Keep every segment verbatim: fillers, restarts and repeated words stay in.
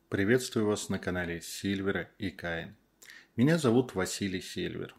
Приветствую вас на канале Сильвера и Каин. Меня зовут Василий Сильвер.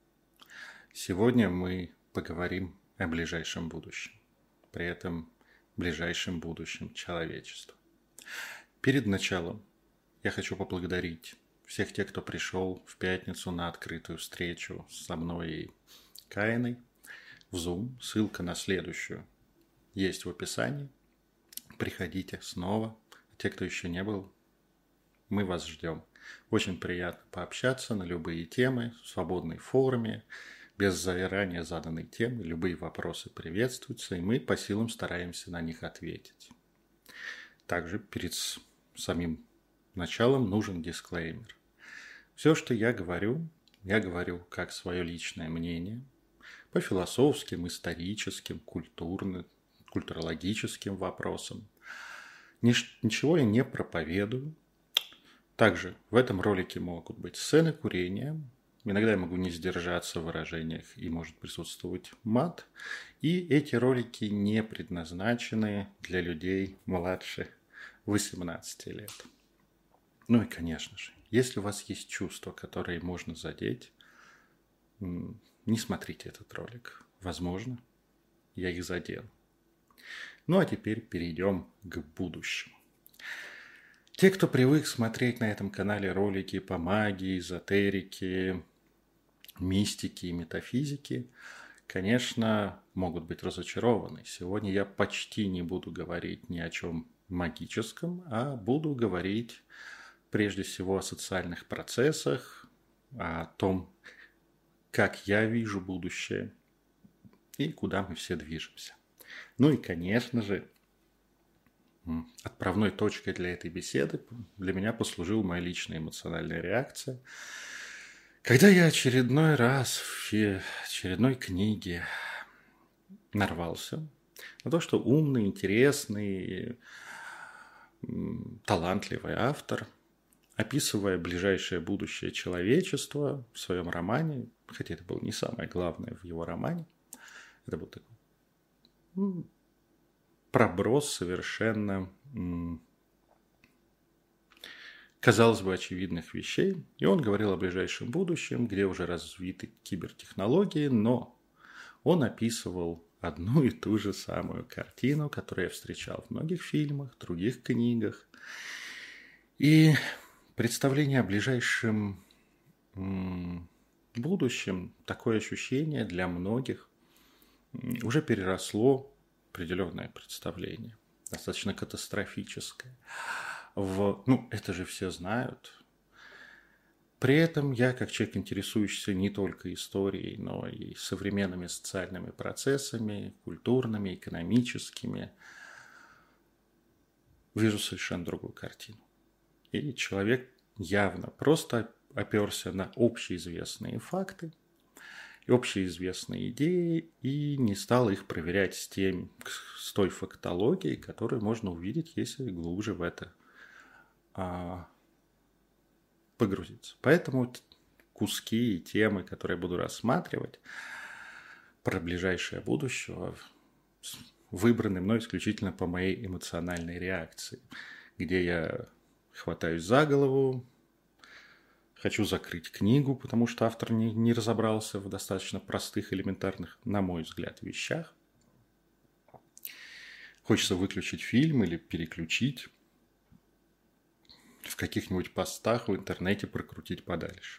Сегодня мы поговорим о ближайшем будущем, при этом ближайшем будущем человечества. Перед началом я хочу поблагодарить всех тех, кто пришел в пятницу на открытую встречу со мной и Каиной в Zoom. Ссылка на следующую есть в описании. Приходите снова. Те, кто еще не был, мы вас ждем. Очень приятно пообщаться на любые темы, в свободной форме, без заранее заданной темы. Любые вопросы приветствуются, и мы по силам стараемся на них ответить. Также перед самим началом нужен дисклеймер. Все, что я говорю, я говорю как свое личное мнение по философским, историческим, культурным, культурологическим вопросам. Ничего я не проповедую. Также в этом ролике могут быть сцены курения. Иногда я могу не сдержаться в выражениях и может присутствовать мат. И эти ролики не предназначены для людей младше восемнадцати лет. Ну и, конечно же, если у вас есть чувства, которые можно задеть, не смотрите этот ролик. Возможно, я их задену. Ну а теперь перейдем к будущему. Те, кто привык смотреть на этом канале ролики по магии, эзотерике, мистике и метафизике, конечно, могут быть разочарованы. Сегодня я почти не буду говорить ни о чем магическом, а буду говорить прежде всего о социальных процессах, о том, как я вижу будущее и куда мы все движемся. Ну и, конечно же, отправной точкой для этой беседы для меня послужила моя личная эмоциональная реакция. Когда я очередной раз в очередной книге нарвался на то, что умный, интересный, талантливый автор, описывая ближайшее будущее человечества в своем романе, хотя это было не самое главное в его романе, это был такой проброс совершенно, казалось бы, очевидных вещей. И он говорил о ближайшем будущем, где уже развиты кибертехнологии, но он описывал одну и ту же самую картину, которую я встречал в многих фильмах, других книгах. И представление о ближайшем будущем, такое ощущение для многих уже переросло определенное представление, достаточно катастрофическое. В, ну, это же все знают. При этом я, как человек, интересующийся не только историей, но и современными социальными процессами, культурными, экономическими, вижу совершенно другую картину. И человек явно просто оперся на общеизвестные факты, и общеизвестные идеи, и не стал их проверять с, тем, с той фактологией, которую можно увидеть, если глубже в это а, погрузиться. Поэтому куски и темы, которые я буду рассматривать про ближайшее будущее, выбраны мной исключительно по моей эмоциональной реакции, где я хватаюсь за голову, хочу закрыть книгу, потому что автор не, не разобрался в достаточно простых, элементарных, на мой взгляд, вещах. Хочется выключить фильм или переключить, в каких-нибудь постах в интернете прокрутить подальше.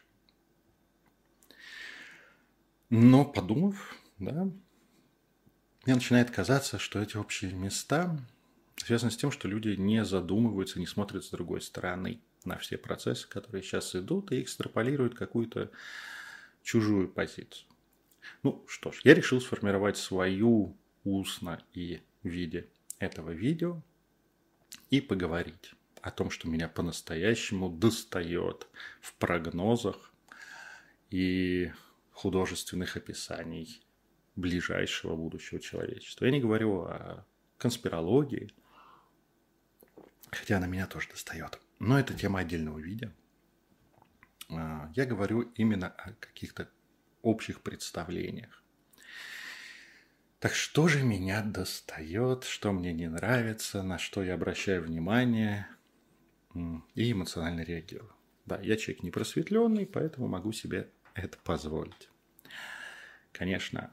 Но подумав, да, мне начинает казаться, что эти общие места связаны с тем, что люди не задумываются, не смотрят с другой стороны на все процессы, которые сейчас идут, и экстраполируют какую-то чужую позицию. Ну что ж, я решил сформировать свою устно и в виде этого видео и поговорить о том, что меня по-настоящему достает в прогнозах и художественных описаний ближайшего будущего человечества. Я не говорю о конспирологии, хотя она меня тоже достает. Но это тема отдельного видео. Я говорю именно о каких-то общих представлениях. Так что же меня достает, что мне не нравится, на что я обращаю внимание и эмоционально реагирую. Да, я человек непросветленный, поэтому могу себе это позволить. Конечно,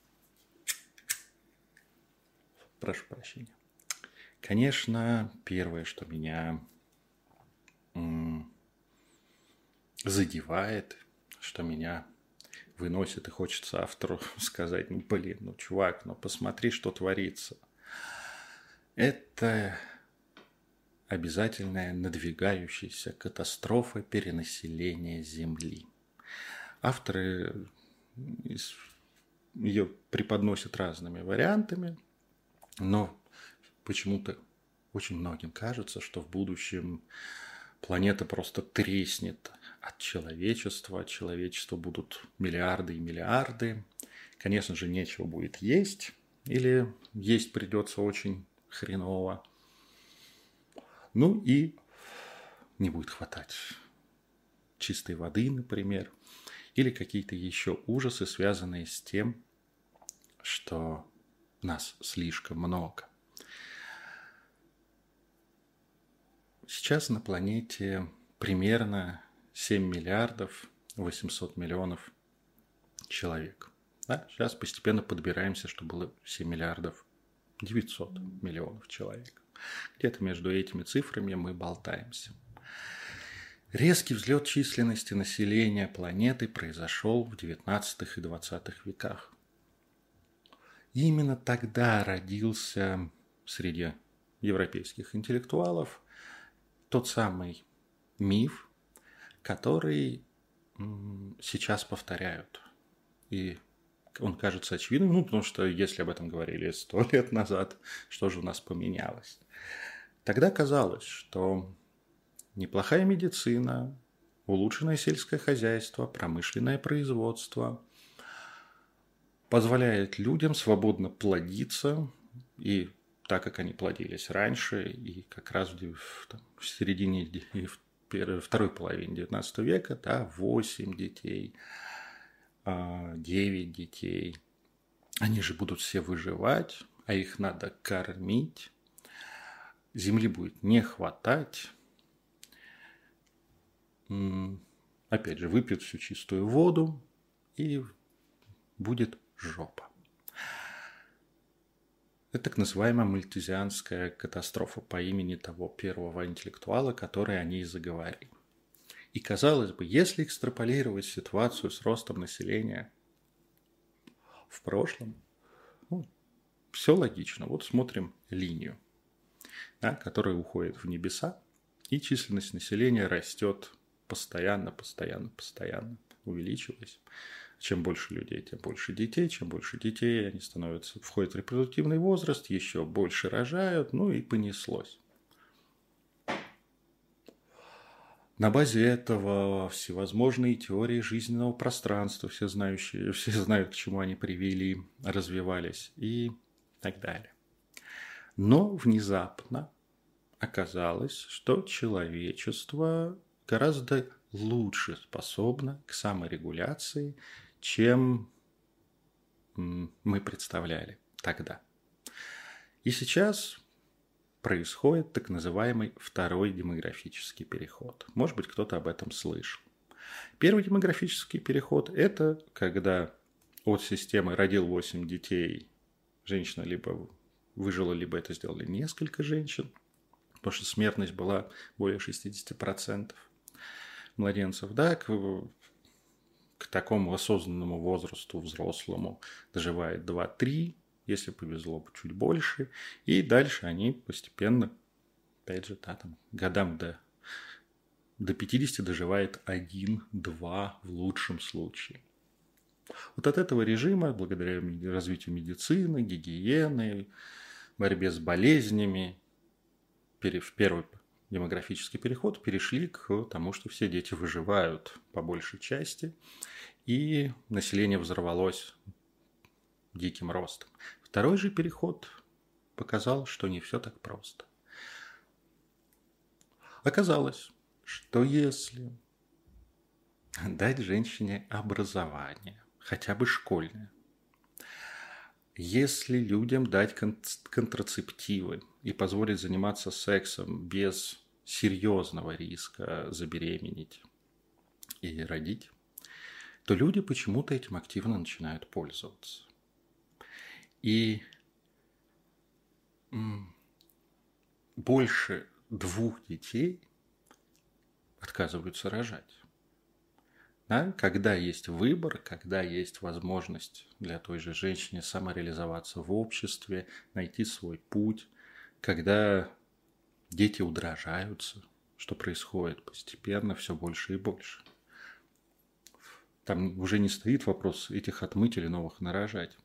прошу прощения. Конечно, первое, что меня м, задевает, что меня выносит, и хочется автору сказать: ну, блин, ну, чувак, ну, посмотри, что творится. Это обязательная надвигающаяся катастрофа перенаселения Земли. Авторы ее преподносят разными вариантами, но почему-то очень многим кажется, что в будущем планета просто треснет от человечества, от человечества будут миллиарды и миллиарды. Конечно же, нечего будет есть, или есть придется очень хреново. Ну и не будет хватать чистой воды, например, или какие-то еще ужасы, связанные с тем, что нас слишком много. Сейчас на планете примерно семь миллиардов восемьсот миллионов человек. Да? Сейчас постепенно подбираемся, чтобы было семь миллиардов девятьсот миллионов человек. Где-то между этими цифрами мы болтаемся. Резкий взлет численности населения планеты произошел в девятнадцатом и двадцатом веках. И именно тогда родился среди европейских интеллектуалов тот самый миф, который сейчас повторяют. И он кажется очевидным, ну, потому что если об этом говорили сто лет назад, что же у нас поменялось? Тогда казалось, что неплохая медицина, улучшенное сельское хозяйство, промышленное производство позволяет людям свободно плодиться, и так как они плодились раньше, и как раз в, там, в середине и в первой, второй половине девятнадцатого века, да, восемь детей, девять детей, они же будут все выживать, а их надо кормить, земли будет не хватать, опять же, выпьют всю чистую воду, и будет жопа. Это так называемая мальтезианская катастрофа по имени того первого интеллектуала, который о ней заговорил. И казалось бы, если экстраполировать ситуацию с ростом населения в прошлом, ну, все логично. Вот смотрим линию, да, которая уходит в небеса, и численность населения растет постоянно, постоянно, постоянно, увеличиваясь. Чем больше людей, тем больше детей. Чем больше детей, они становятся, входят в репродуктивный возраст, еще больше рожают, ну и понеслось. На базе этого всевозможные теории жизненного пространства, все знающие, все знают, к чему они привели, развивались и так далее. Но внезапно оказалось, что человечество гораздо лучше способно к саморегуляции, чем мы представляли тогда. И сейчас происходит так называемый второй демографический переход. Может быть, кто-то об этом слышал. Первый демографический переход – это когда от системы родил восемь детей, женщина либо выжила, либо это сделали несколько женщин, потому что смертность была более шестьдесят процентов младенцев, да, к, к такому осознанному возрасту взрослому доживает два-три, если повезло бы чуть больше, и дальше они постепенно, опять же, да, там, годам до, до пятидесяти доживает один-два в лучшем случае. Вот от этого режима, благодаря развитию медицины, гигиены, борьбе с болезнями, в первый демографический переход перешли к тому, что все дети выживают по большей части, и население взорвалось диким ростом. Второй же переход показал, что не все так просто. Оказалось, что если дать женщине образование, хотя бы школьное, если людям дать контрацептивы и позволить заниматься сексом без серьезного риска забеременеть и родить, то люди почему-то этим активно начинают пользоваться. И больше двух детей отказываются рожать. Да? Когда есть выбор, когда есть возможность для той же женщины самореализоваться в обществе, найти свой путь, когда дети удорожаются, что происходит постепенно все больше и больше. Там уже не стоит вопрос этих отмыть или новых нарожать,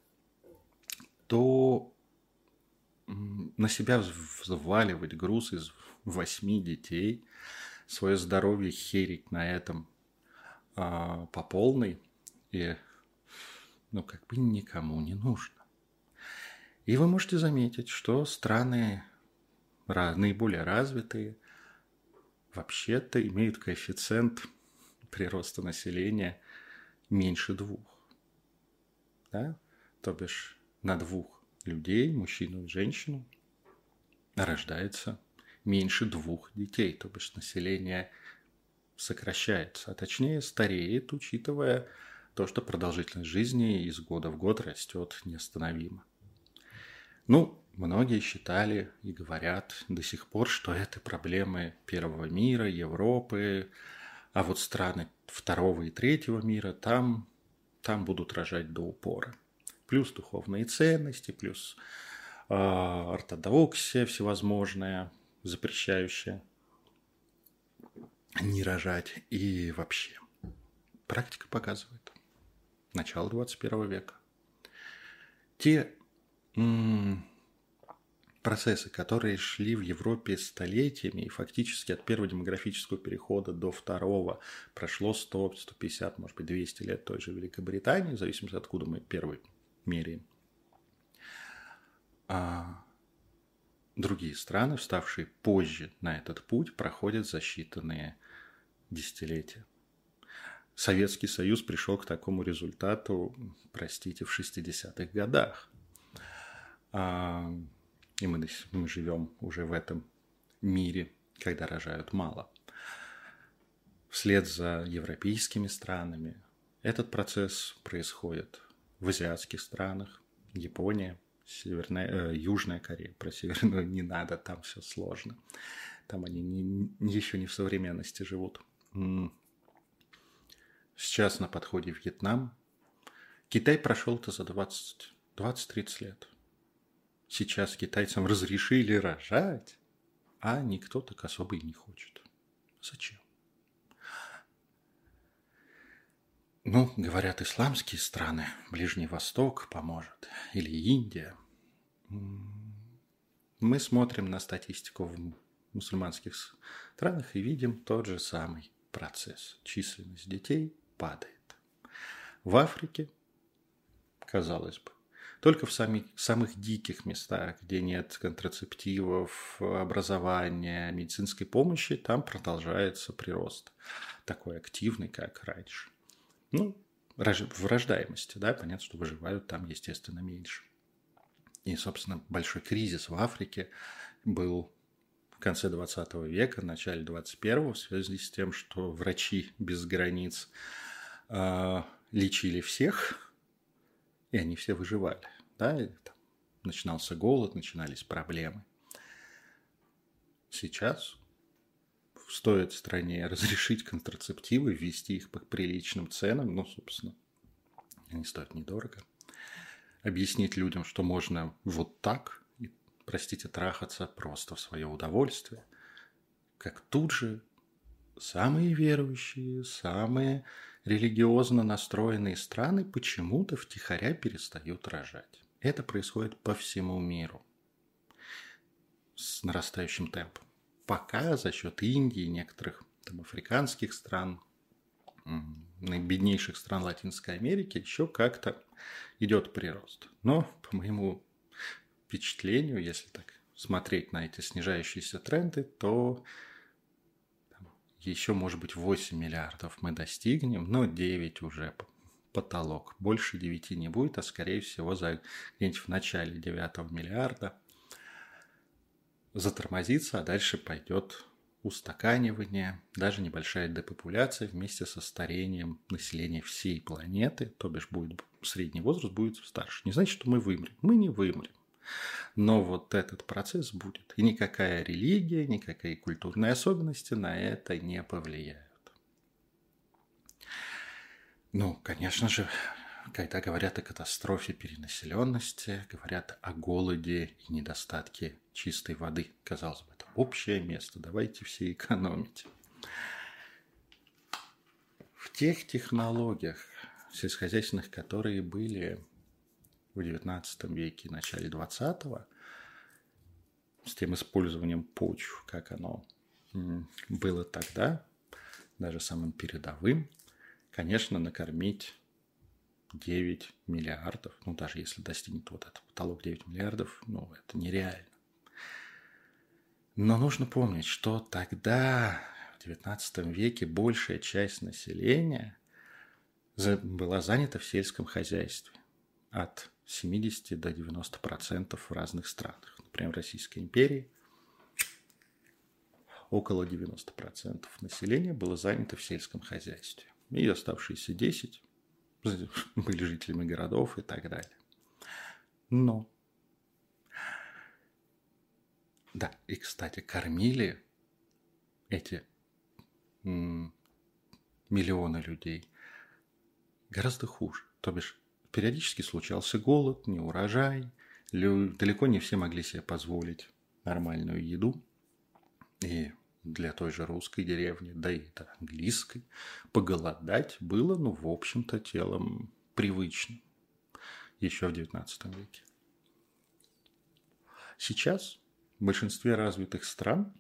то на себя взваливать груз из восьми детей, свое здоровье херить на этом а, по полной, и, ну, как бы никому не нужно. И вы можете заметить, что страны наиболее развитые вообще-то имеют коэффициент прироста населения меньше двух. Да? То бишь на двух людей, мужчину и женщину, рождается меньше двух детей. То бишь население сокращается, а точнее стареет, учитывая то, что продолжительность жизни из года в год растет неостановимо. Ну, многие считали и говорят до сих пор, что это проблемы первого мира, Европы, а вот страны второго и третьего мира, там, там будут рожать до упора. Плюс духовные ценности, плюс э, ортодоксия всевозможная, запрещающая не рожать. И вообще, практика показывает. Начало двадцать первого века. Те м- процессы, которые шли в Европе столетиями, и фактически от первого демографического перехода до второго прошло сто, сто пятьдесят, может быть, двести лет той же Великобритании, в зависимости от откуда мы первый меряем. А другие страны, вставшие позже на этот путь, проходят за считанные десятилетия. Советский Союз пришел к такому результату, простите, в шестидесятых годах. А, и мы, мы живем уже в этом мире, когда рожают мало. Вслед за европейскими странами этот процесс происходит в азиатских странах, Япония, Северная, э, Южная Корея. Про Северную не надо, там все сложно. Там они не, не, еще не в современности живут. Сейчас на подходе Вьетнам. Китай прошел это за двадцать-тридцать лет. Сейчас китайцам разрешили рожать, а никто так особо и не хочет. Зачем? Ну, говорят, исламские страны, Ближний Восток поможет, или Индия. Мы смотрим на статистику в мусульманских странах и видим тот же самый процесс. Численность детей падает. В Африке, казалось бы, только в самих, самых диких местах, где нет контрацептивов, образования, медицинской помощи, там продолжается прирост. Такой активный, как раньше. Ну, в рождаемости, да, понятно, что выживают там, естественно, меньше. И, собственно, большой кризис в Африке был в конце двадцатого века, в начале двадцать первого, в связи с тем, что врачи без границ э, лечили всех, и они все выживали. Да? И там начинался голод, начинались проблемы. Сейчас стоит стране разрешить контрацептивы, ввести их по приличным ценам, ну, собственно, они стоят недорого. Объяснить людям, что можно вот так, простите, трахаться просто в свое удовольствие. Как тут же самые верующие, самые религиозно настроенные страны почему-то втихаря перестают рожать. Это происходит по всему миру с нарастающим темпом. Пока за счет Индии, некоторых там, африканских стран, беднейших стран Латинской Америки еще как-то идет прирост. Но, по моему впечатлению, если так смотреть на эти снижающиеся тренды, то там, еще, может быть, восемь миллиардов мы достигнем, но девять уже потолок. Больше девяти не будет, а скорее всего за где-нибудь в начале девятого миллиарда затормозится, а дальше пойдет устаканивание, даже небольшая депопуляция вместе со старением населения всей планеты, то бишь будет средний возраст будет старше. Не значит, что мы вымрем. Мы не вымрем. Но вот этот процесс будет. И никакая религия, никакие культурные особенности на это не повлияют. Ну, конечно же, когда говорят о катастрофе перенаселенности, говорят о голоде и недостатке чистой воды. Казалось бы, это общее место, давайте все экономить. В тех технологиях сельскохозяйственных, которые были в девятнадцатом веке и начале двадцатого, с тем использованием почв, как оно было тогда, даже самым передовым, конечно, накормить девять миллиардов, ну, даже если достигнет вот этот потолок девять миллиардов, ну, это нереально. Но нужно помнить, что тогда, в девятнадцатом веке, большая часть населения была занята в сельском хозяйстве. От семидесяти до девяноста процентов в разных странах. Например, в Российской империи около девяноста процентов населения было занято в сельском хозяйстве. И оставшиеся десять были жителями городов и так далее. Но, да, и, кстати, кормили эти м- миллионы людей гораздо хуже. То бишь, периодически случался голод, неурожай, лю- далеко не все могли себе позволить нормальную еду. И для той же русской деревни, да и до английской, поголодать было, ну, в общем-то, телом привычным еще в девятнадцатом веке. Сейчас в большинстве развитых стран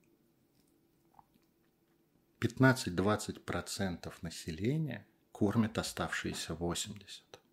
пятнадцать-двадцать процентов населения кормят оставшиеся восемьдесят процентов.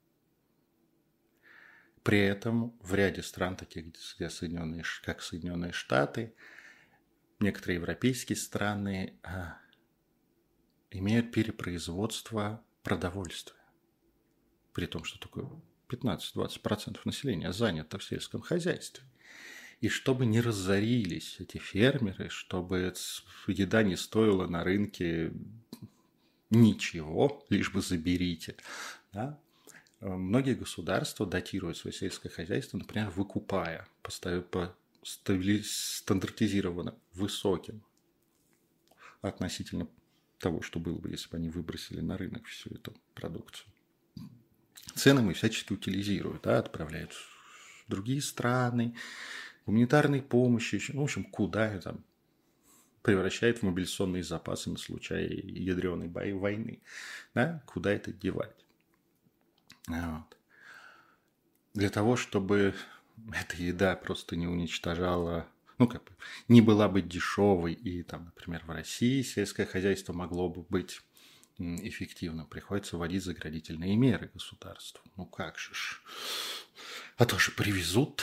При этом в ряде стран, таких где Соединенные, как Соединенные Штаты, некоторые европейские страны а, имеют перепроизводство продовольствия. При том, что только пятнадцать-двадцать процентов населения занято в сельском хозяйстве. И чтобы не разорились эти фермеры, чтобы еда не стоила на рынке ничего, лишь бы заберите, да? Многие государства датируют свое сельское хозяйство, например, выкупая по стандартизированно высоким относительно того, что было бы, если бы они выбросили на рынок всю эту продукцию. Цены мы всячески утилизируют, да, отправляют в другие страны, гуманитарной помощи, ну, в общем, куда там превращает в мобилизационные запасы на случай ядреной войны, да, куда это девать. Вот. Для того, чтобы эта еда просто не уничтожала, ну, как бы, не была бы дешевой, и там, например, в России сельское хозяйство могло бы быть эффективным, приходится вводить заградительные меры государству. Ну, как же ж. А то же привезут.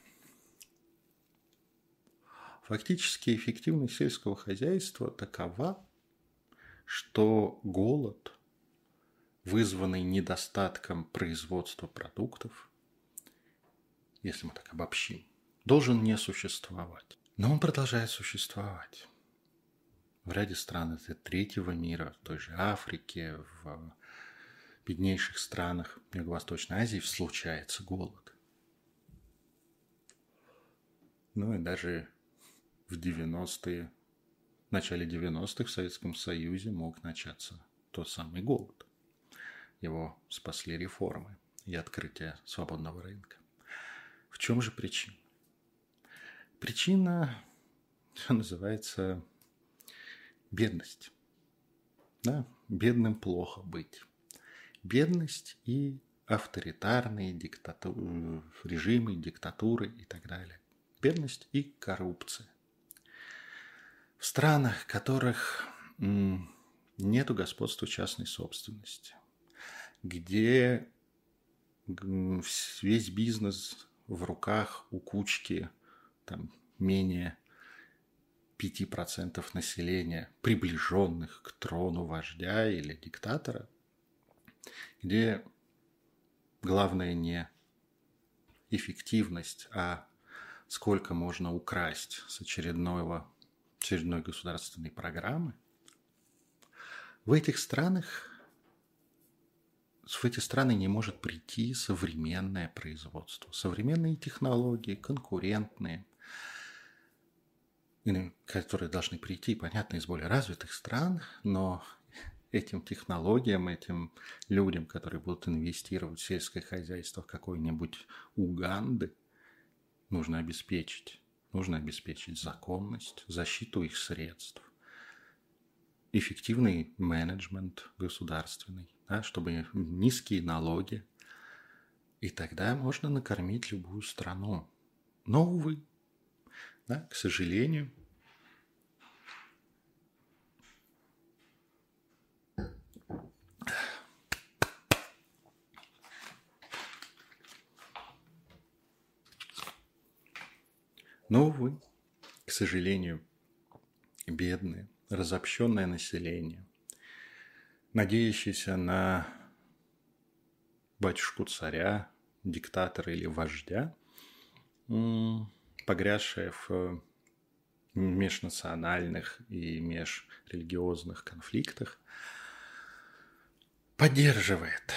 Фактически эффективность сельского хозяйства такова, что голод, вызванный недостатком производства продуктов, если мы так обобщим, должен не существовать. Но он продолжает существовать. В ряде стран третьего мира, в той же Африке, в беднейших странах Юго-Восточной Азии случается голод. Ну и даже в девяностые, в начале девяностых в Советском Союзе мог начаться тот самый голод. Его спасли реформы и открытие свободного рынка. В чем же причина? Причина называется бедность. Да? Бедным плохо быть. Бедность и авторитарные диктату... режимы, диктатуры и так далее. Бедность и коррупция. В странах, в которых м, нету господства частной собственности, где весь бизнес в руках у кучки там, менее пяти процентов населения, приближенных к трону вождя или диктатора, где главное не эффективность, а сколько можно украсть с очередного очередной государственной программы, в этих странах, в эти страны не может прийти современное производство, современные технологии, конкурентные, которые должны прийти, понятно, из более развитых стран, но этим технологиям, этим людям, которые будут инвестировать в сельское хозяйство в какой-нибудь Уганды, нужно обеспечить, нужно обеспечить законность, защиту их средств, эффективный менеджмент государственный, да, чтобы низкие налоги, и тогда можно накормить любую страну. Но, увы, да, к сожалению, но, увы, к сожалению, бедные, разобщенное население, надеющееся на батюшку-царя, диктатора или вождя, погрязшее в межнациональных и межрелигиозных конфликтах, поддерживает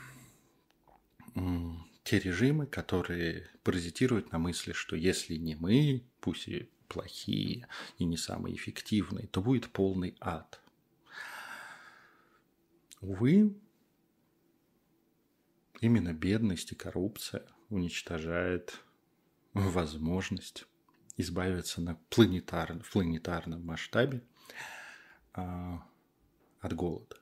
те режимы, которые паразитируют на мысли, что если не мы, пусть и плохие, и не самые эффективные, то будет полный ад. Увы, именно бедность и коррупция уничтожает возможность избавиться на планетарном, в планетарном масштабе а, от голода.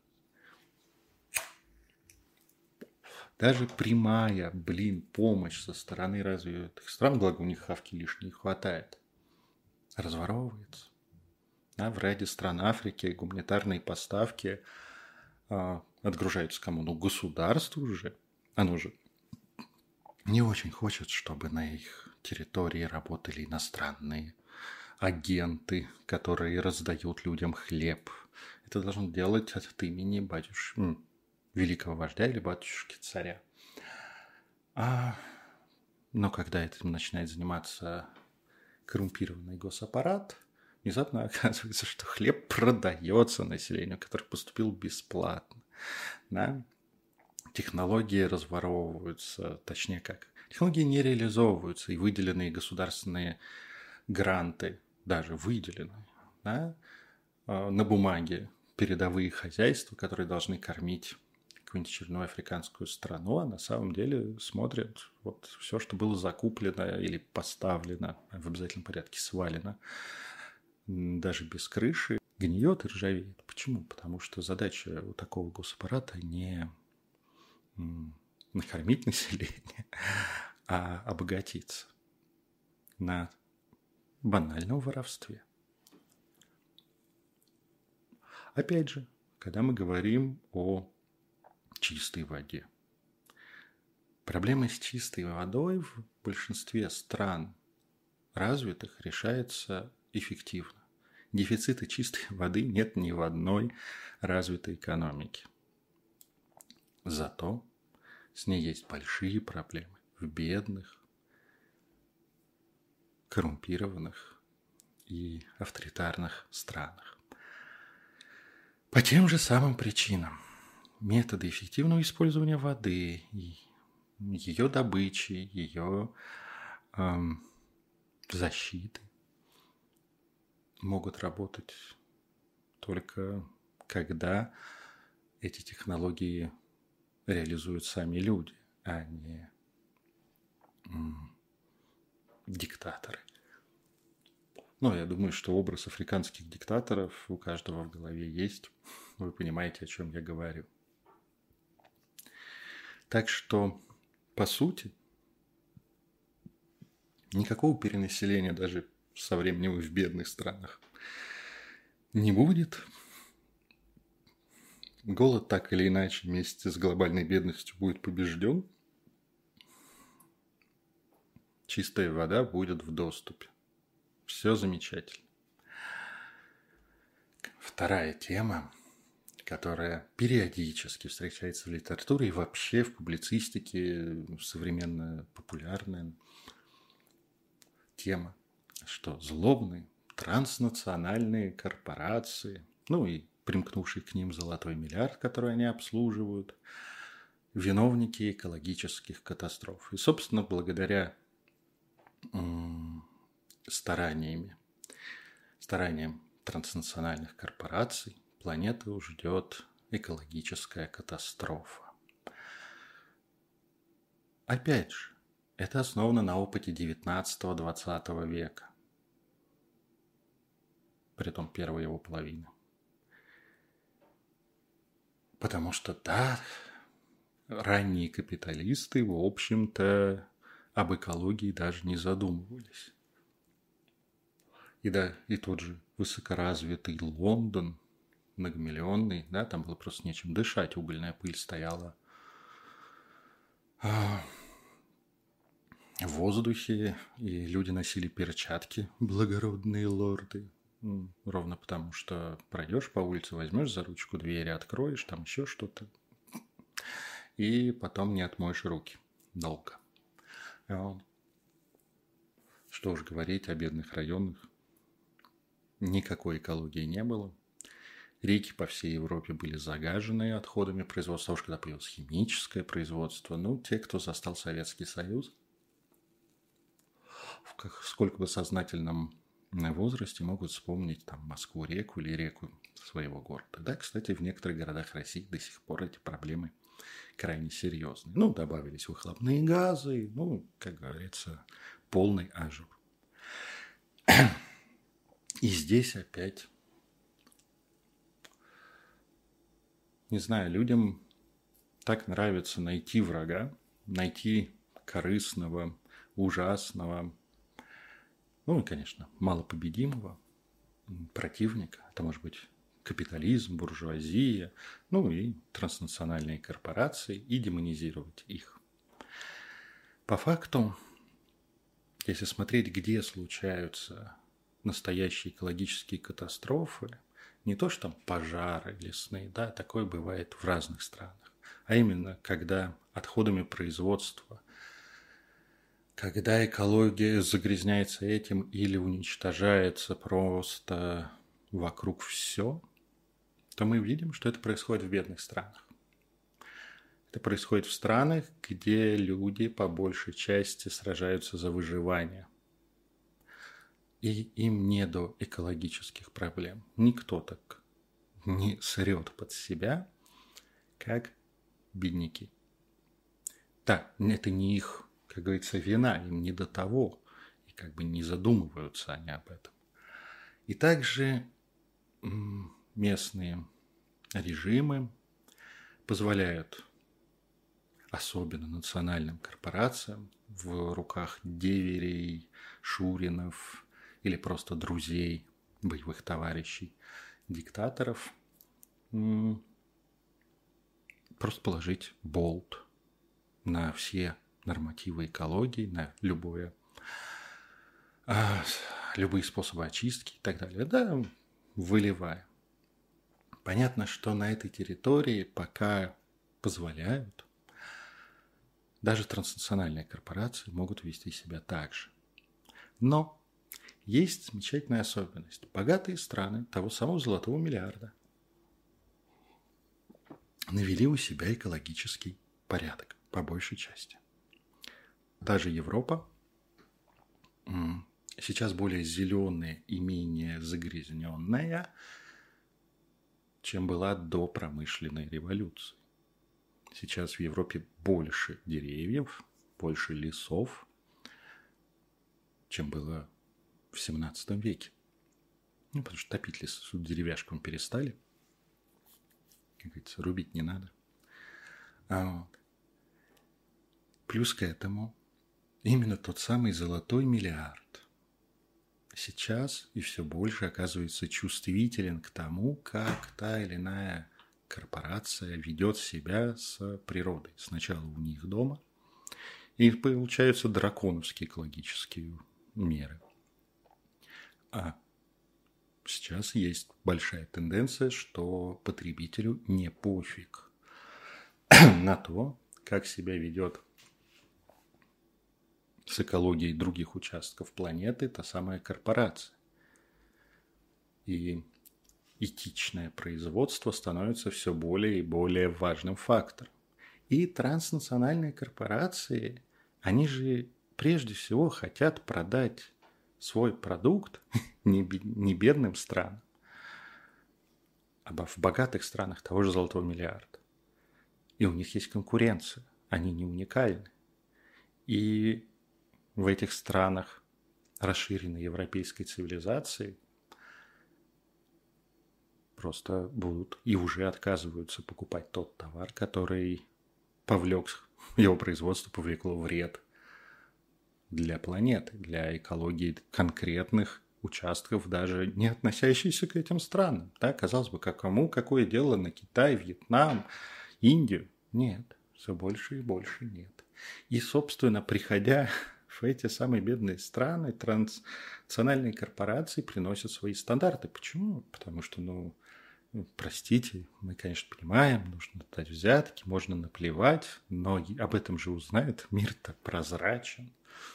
Даже прямая, блин, помощь со стороны развитых стран, благо у них хавки лишней хватает, разворовывается. Да, в ряде стран Африки гуманитарные поставки а, отгружаются кому? Ну, государству же. Оно же не очень хочет, чтобы на их территории работали иностранные агенты, которые раздают людям хлеб. Это должен делать от имени батюшки, великого вождя или батюшки царя. А, но когда этим начинает заниматься коррумпированный госаппарат, внезапно оказывается, что хлеб продается населению, который поступил бесплатно. Да? Технологии разворовываются, точнее как, технологии не реализовываются, и выделенные государственные гранты, даже выделенные, да, на бумаге передовые хозяйства, которые должны кормить какую-нибудь очередную африканскую страну, а на самом деле смотрят вот все, что было закуплено или поставлено, в обязательном порядке свалено, даже без крыши, гниет и ржавеет. Почему? Потому что задача у такого госаппарата не накормить население, а обогатиться на банальном воровстве. Опять же, когда мы говорим о чистой воде. Проблема с чистой водой в большинстве стран развитых решается эффективно. Дефицита чистой воды нет ни в одной развитой экономике. Зато с ней есть большие проблемы в бедных, коррумпированных и авторитарных странах. По тем же самым причинам методы эффективного использования воды, ее добычи, ее эм, защиты могут работать только когда эти технологии реализуют сами люди, а не м, диктаторы. Ну, я думаю, что образ африканских диктаторов у каждого в голове есть. Вы понимаете, о чем я говорю. Так что, по сути, никакого перенаселения даже со временем в бедных странах не будет. Голод так или иначе вместе с глобальной бедностью будет побежден. Чистая вода будет в доступе. Все замечательно. Вторая тема, которая периодически встречается в литературе и вообще в публицистике, современно популярная тема, что злобный, транснациональные корпорации, ну и примкнувший к ним золотой миллиард, который они обслуживают, виновники экологических катастроф. И, собственно, благодаря м, стараниями, стараниям транснациональных корпораций планету ждет экологическая катастрофа. Опять же, это основано на опыте девятнадцатого-двадцатого века, притом первой его половины. Потому что, да, ранние капиталисты, в общем-то, об экологии даже не задумывались. И да, и тот же высокоразвитый Лондон, многомиллионный, да, там было просто нечем дышать, угольная пыль стояла в воздухе, и люди носили перчатки, благородные лорды. Ровно потому, что пройдешь по улице, возьмешь за ручку двери, откроешь, там еще что-то, и потом не отмоешь руки долго. Что уж говорить о бедных районах. Никакой экологии не было. Реки по всей Европе были загажены отходами производства. А уж когда появилось химическое производство, ну, те, кто застал Советский Союз, в сколько бы сознательном возрасте могут вспомнить там Москву-реку или реку своего города. Да, кстати, в некоторых городах России до сих пор эти проблемы крайне серьезные. Ну, добавились выхлопные газы, ну, как говорится, полный ажур. И здесь опять, не знаю, людям так нравится найти врага, найти корыстного, ужасного, ну и, конечно, малопобедимого противника. Это может быть капитализм, буржуазия, ну и транснациональные корпорации, и демонизировать их. По факту, если смотреть, где случаются настоящие экологические катастрофы, не то, что там пожары лесные, да, такое бывает в разных странах, а именно, когда отходами производства, когда экология загрязняется этим или уничтожается просто вокруг все, то мы видим, что это происходит в бедных странах. Это происходит в странах, где люди по большей части сражаются за выживание. И им не до экологических проблем. Никто так не срет под себя, как бедняки. Да, это не их, как говорится, вина, им не до того. И как бы не задумываются они об этом. И также местные режимы позволяют, особенно национальным корпорациям, в руках деверей, шуринов или просто друзей, боевых товарищей, диктаторов, просто положить болт на все нормативы экологии, на любое, любые способы очистки и так далее, да, выливая. Понятно, что на этой территории пока позволяют, даже транснациональные корпорации могут вести себя так же. Но есть замечательная особенность. Богатые страны того самого золотого миллиарда навели у себя экологический порядок, по большей части. Та же Европа сейчас более зеленая и менее загрязненная, чем была до промышленной революции. Сейчас в Европе больше деревьев, больше лесов, чем было в семнадцатом веке. Ну, потому что топить лес деревяшкам перестали. Как говорится, рубить не надо. А вот. Плюс к этому именно тот самый золотой миллиард сейчас и все больше оказывается чувствителен к тому, как та или иная корпорация ведет себя с природой. Сначала у них дома, и получаются драконовские экологические меры. А сейчас есть большая тенденция, что потребителю не пофиг на то, как себя ведет с экологией других участков планеты та самая корпорация. и этичное производство становится все более и более важным фактором. И транснациональные корпорации, они же прежде всего хотят продать свой продукт не бедным странам, а в богатых странах того же золотого миллиарда. И у них есть конкуренция, они не уникальны. И в этих странах расширенной европейской цивилизации просто будут и уже отказываются покупать тот товар, который повлек, его производство повлекло вред для планеты, для экологии конкретных участков, даже не относящихся к этим странам. Да, казалось бы, как кому какое дело на Китай, Вьетнам, Индию? Нет, все больше и больше нет. И, собственно, приходя в эти самые бедные страны, транснациональные корпорации приносят свои стандарты. Почему? Потому что, ну, простите, мы, конечно, понимаем, нужно дать взятки, можно наплевать, но об этом же узнают, мир-то прозрачен.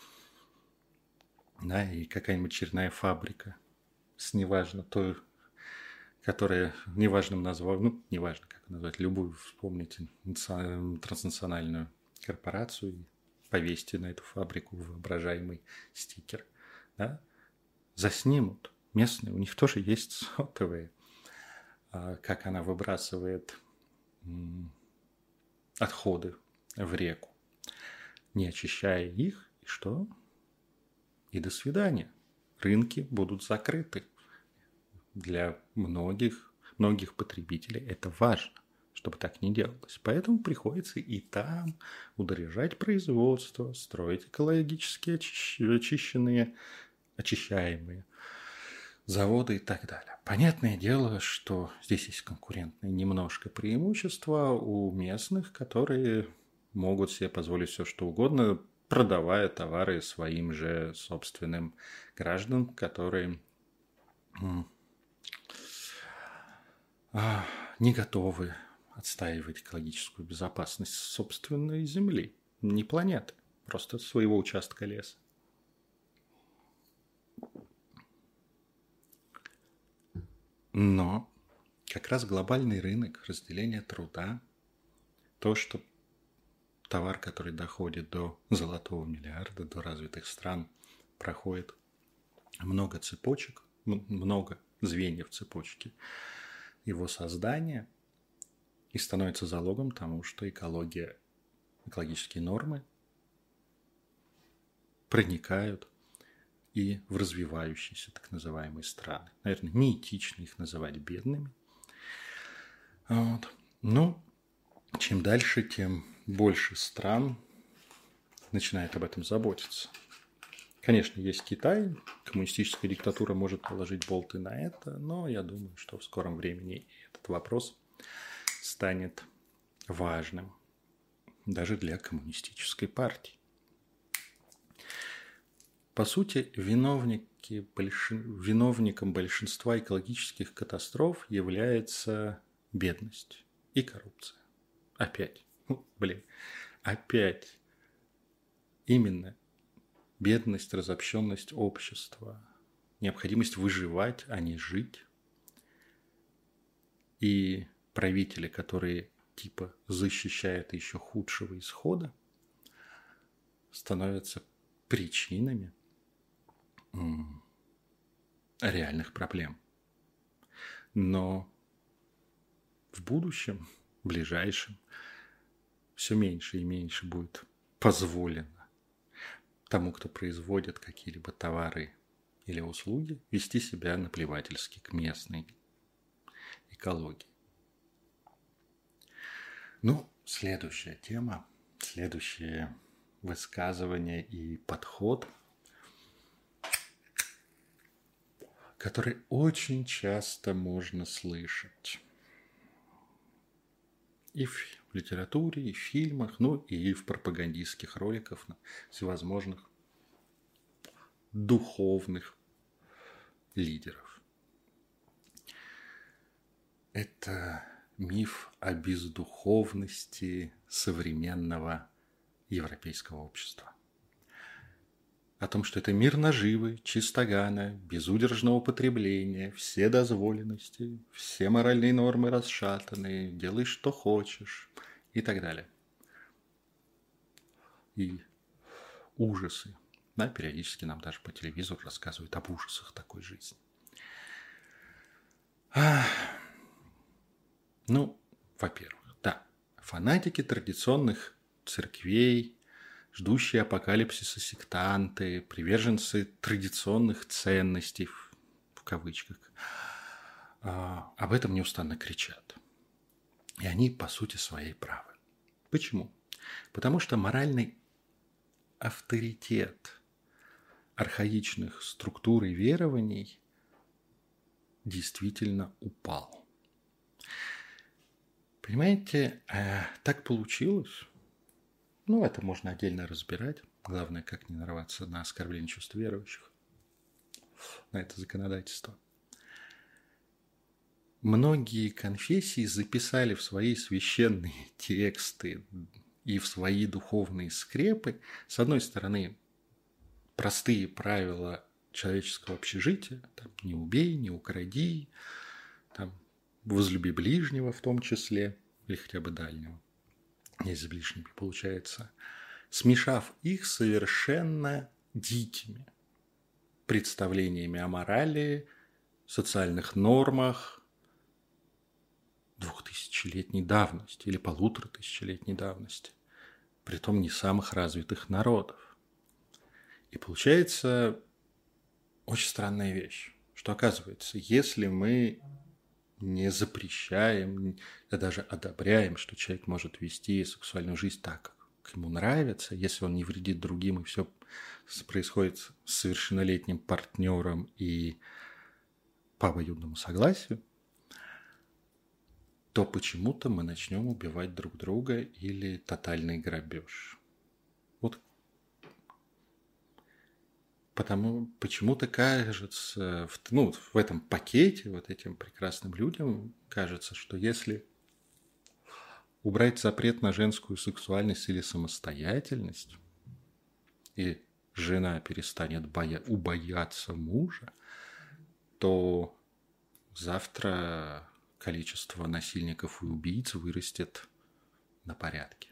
Да, и какая-нибудь очередная фабрика с неважно той, которая неважным назвал, ну, неважно, как назвать, любую, вспомните, транснациональную корпорацию и повесьте на эту фабрику воображаемый стикер, да, заснимут местные, у них тоже есть сотовые, как она выбрасывает отходы в реку, не очищая их, и что? И до свидания. Рынки будут закрыты. Для многих, многих потребителей это важно, чтобы так не делалось. Поэтому приходится и там удорожать производство, строить экологически очищенные, очищаемые заводы и так далее. Понятное дело, что здесь есть конкурентные немножко преимущества у местных, которые могут себе позволить все что угодно, продавая товары своим же собственным гражданам, которые не готовы отстаивать экологическую безопасность собственной земли, не планеты, просто своего участка леса. Но как раз глобальный рынок разделения труда, то, что товар, который доходит до золотого миллиарда, до развитых стран, проходит много цепочек, много звеньев цепочки его создания и становится залогом тому, что экология, экологические нормы проникают и в развивающиеся так называемые страны. Наверное, неэтично их называть бедными. Вот. Но чем дальше, тем больше стран начинает об этом заботиться. Конечно, есть Китай, коммунистическая диктатура может положить болты на это, но я думаю, что в скором времени этот вопрос станет важным даже для коммунистической партии. По сути, виновники, больш... виновником большинства экологических катастроф является бедность и коррупция. Опять, блин, опять именно бедность, разобщенность общества, необходимость выживать, а не жить. И правители, которые типа защищают еще худшего исхода, становятся причинами м- реальных проблем. Но в будущем, ближайшем, все меньше и меньше будет позволено тому, кто производит какие-либо товары или услуги, вести себя наплевательски к местной экологии. Ну, следующая тема, следующее высказывание и подход, который очень часто можно слышать и в литературе, и в фильмах, ну и в пропагандистских роликах всевозможных духовных лидеров. Это миф о бездуховности современного европейского общества. о том, что это мир наживы, чистогана, безудержного потребления, все дозволенности, все моральные нормы расшатаны, делай, что хочешь и так далее. И ужасы. Да, периодически нам даже по телевизору рассказывают об ужасах такой жизни. А, ну, во-первых, да, фанатики традиционных церквей, ждущие апокалипсиса сектанты, приверженцы традиционных ценностей, в, в кавычках, а, об этом неустанно кричат. И они, по сути, своей правы. Почему? Потому что моральный авторитет архаичных структур и верований действительно упал. Понимаете, э, так получилось. Ну, это можно отдельно разбирать. Главное, как не нарваться на оскорбление чувств верующих, на это законодательство. Многие конфессии записали в свои священные тексты и в свои духовные скрепы, с одной стороны, простые правила человеческого общежития, там, не убей, не укради, там, возлюби ближнего в том числе, или хотя бы дальнего, если с ближними получается, смешав их совершенно дикими представлениями о морали, социальных нормах двухтысячелетней давности или полутора тысячелетней давности, притом не самых развитых народов. И получается очень странная вещь, что оказывается, если мы не запрещаем, а даже одобряем, что человек может вести сексуальную жизнь так, как ему нравится, если он не вредит другим, и все происходит с совершеннолетним партнером и по обоюдному согласию, то почему-то мы начнем убивать друг друга или тотальный грабеж. Вот потому почему-то кажется, в, ну, в этом пакете, вот этим прекрасным людям кажется, что если убрать запрет на женскую сексуальность или самостоятельность, и жена перестанет боя- убояться мужа, то завтра количество насильников и убийц вырастет на порядке.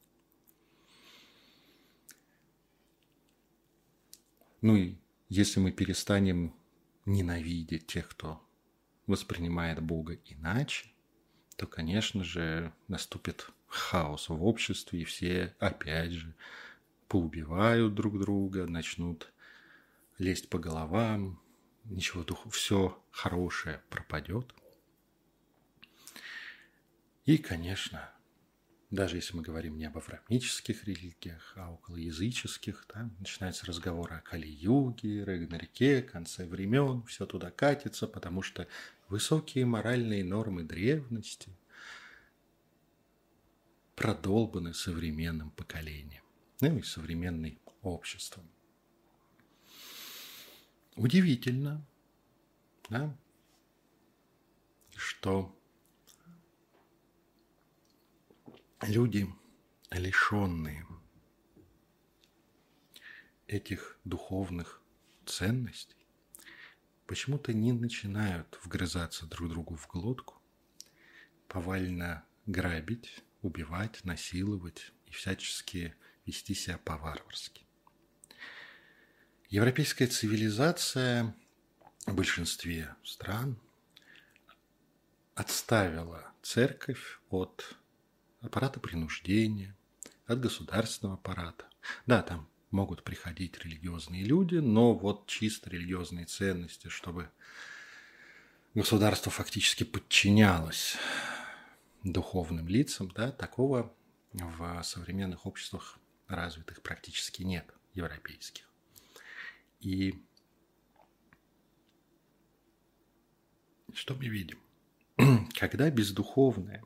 Ну и если мы перестанем ненавидеть тех, кто воспринимает Бога иначе, то, конечно же, наступит хаос в обществе, и все, опять же, поубивают друг друга, начнут лезть по головам, ничего, все хорошее пропадет. И, конечно, даже если мы говорим не об авраамических религиях, а околоязыческих, да, начинается разговор о Кали-юге, Рагнареке, конце времен, все туда катится, потому что высокие моральные нормы древности продолбаны современным поколением, ну и современным обществом. Удивительно, да, что люди, лишенные этих духовных ценностей, почему-то не начинают вгрызаться друг другу в глотку, повально грабить, убивать, насиловать и всячески вести себя по-варварски. Европейская цивилизация в большинстве стран отставила церковь от аппарата принуждения, от государственного аппарата. Да, там могут приходить религиозные люди, но вот чисто религиозные ценности, чтобы государство фактически подчинялось духовным лицам, да, такого в современных обществах развитых практически нет, европейских. И что мы видим? Когда бездуховное,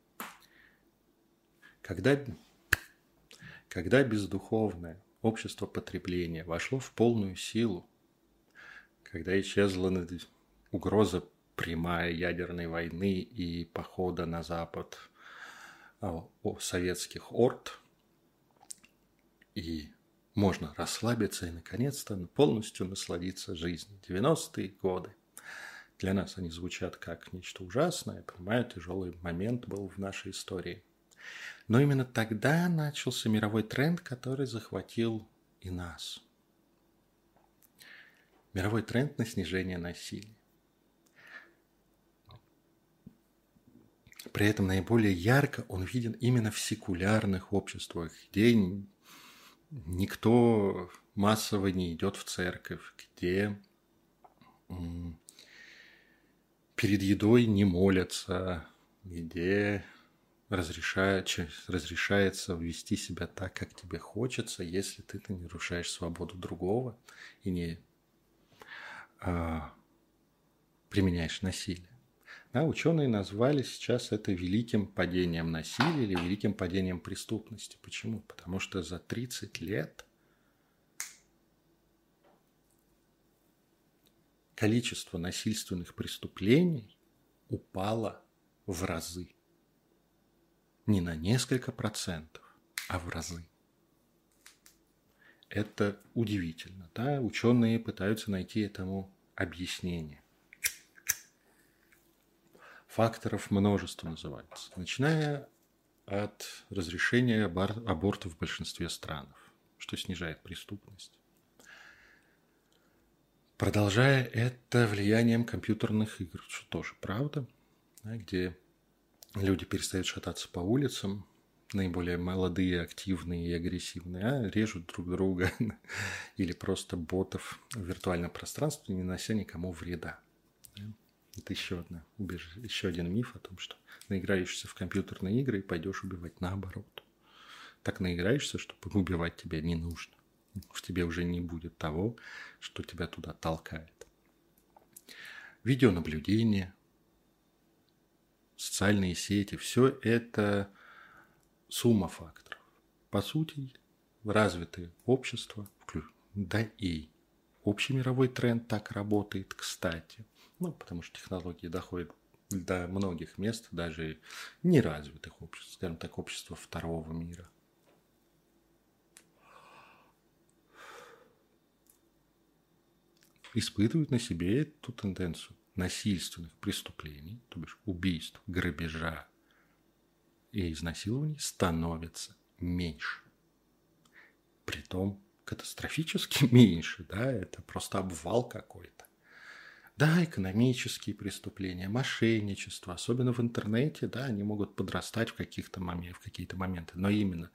когда, когда бездуховное общество потребления вошло в полную силу, когда исчезла угроза прямая ядерной войны и похода на запад советских орд, и можно расслабиться и, наконец-то, полностью насладиться жизнью. девяностые годы. Для нас они звучат как нечто ужасное. Понимаю, тяжелый момент был в нашей истории. Но именно тогда начался мировой тренд, который захватил и нас. Мировой тренд на снижение насилия. При этом наиболее ярко он виден именно в секулярных обществах, где никто массово не идет в церковь, где перед едой не молятся, где разрешает, разрешается вести себя так, как тебе хочется, если ты не нарушаешь свободу другого и не а, применяешь насилие. Да, ученые назвали сейчас это великим падением насилия или великим падением преступности. Почему? Потому что за тридцать лет количество насильственных преступлений упало в разы. Не на несколько процентов, а в разы. Это удивительно. Да? Ученые пытаются найти этому объяснение. Факторов множество называется, начиная от разрешения абортов в большинстве стран, что снижает преступность. Продолжая это влиянием компьютерных игр, что тоже правда, да, где люди перестают шататься по улицам, наиболее молодые, активные и агрессивные, а режут друг друга или просто ботов в виртуальном пространстве, не нанося никому вреда. Это еще, одна, еще один миф о том, что наиграешься в компьютерные игры и пойдешь убивать наоборот. Так наиграешься, чтобы убивать тебя не нужно. В тебе уже не будет того, что тебя туда толкает. Видеонаблюдение, социальные сети, все это сумма факторов. По сути, развитые общества, да и общий мировой тренд так работает, кстати. Ну, потому что технологии доходят до многих мест, даже неразвитых обществ, скажем так, общества второго мира. Испытывают на себе эту тенденцию насильственных преступлений, то бишь убийств, грабежа и изнасилований становится меньше. Притом катастрофически меньше, да, это просто обвал какой-то. Да, экономические преступления, мошенничество, особенно в интернете, да, они могут подрастать в, каких-то момент, в какие-то моменты, но именно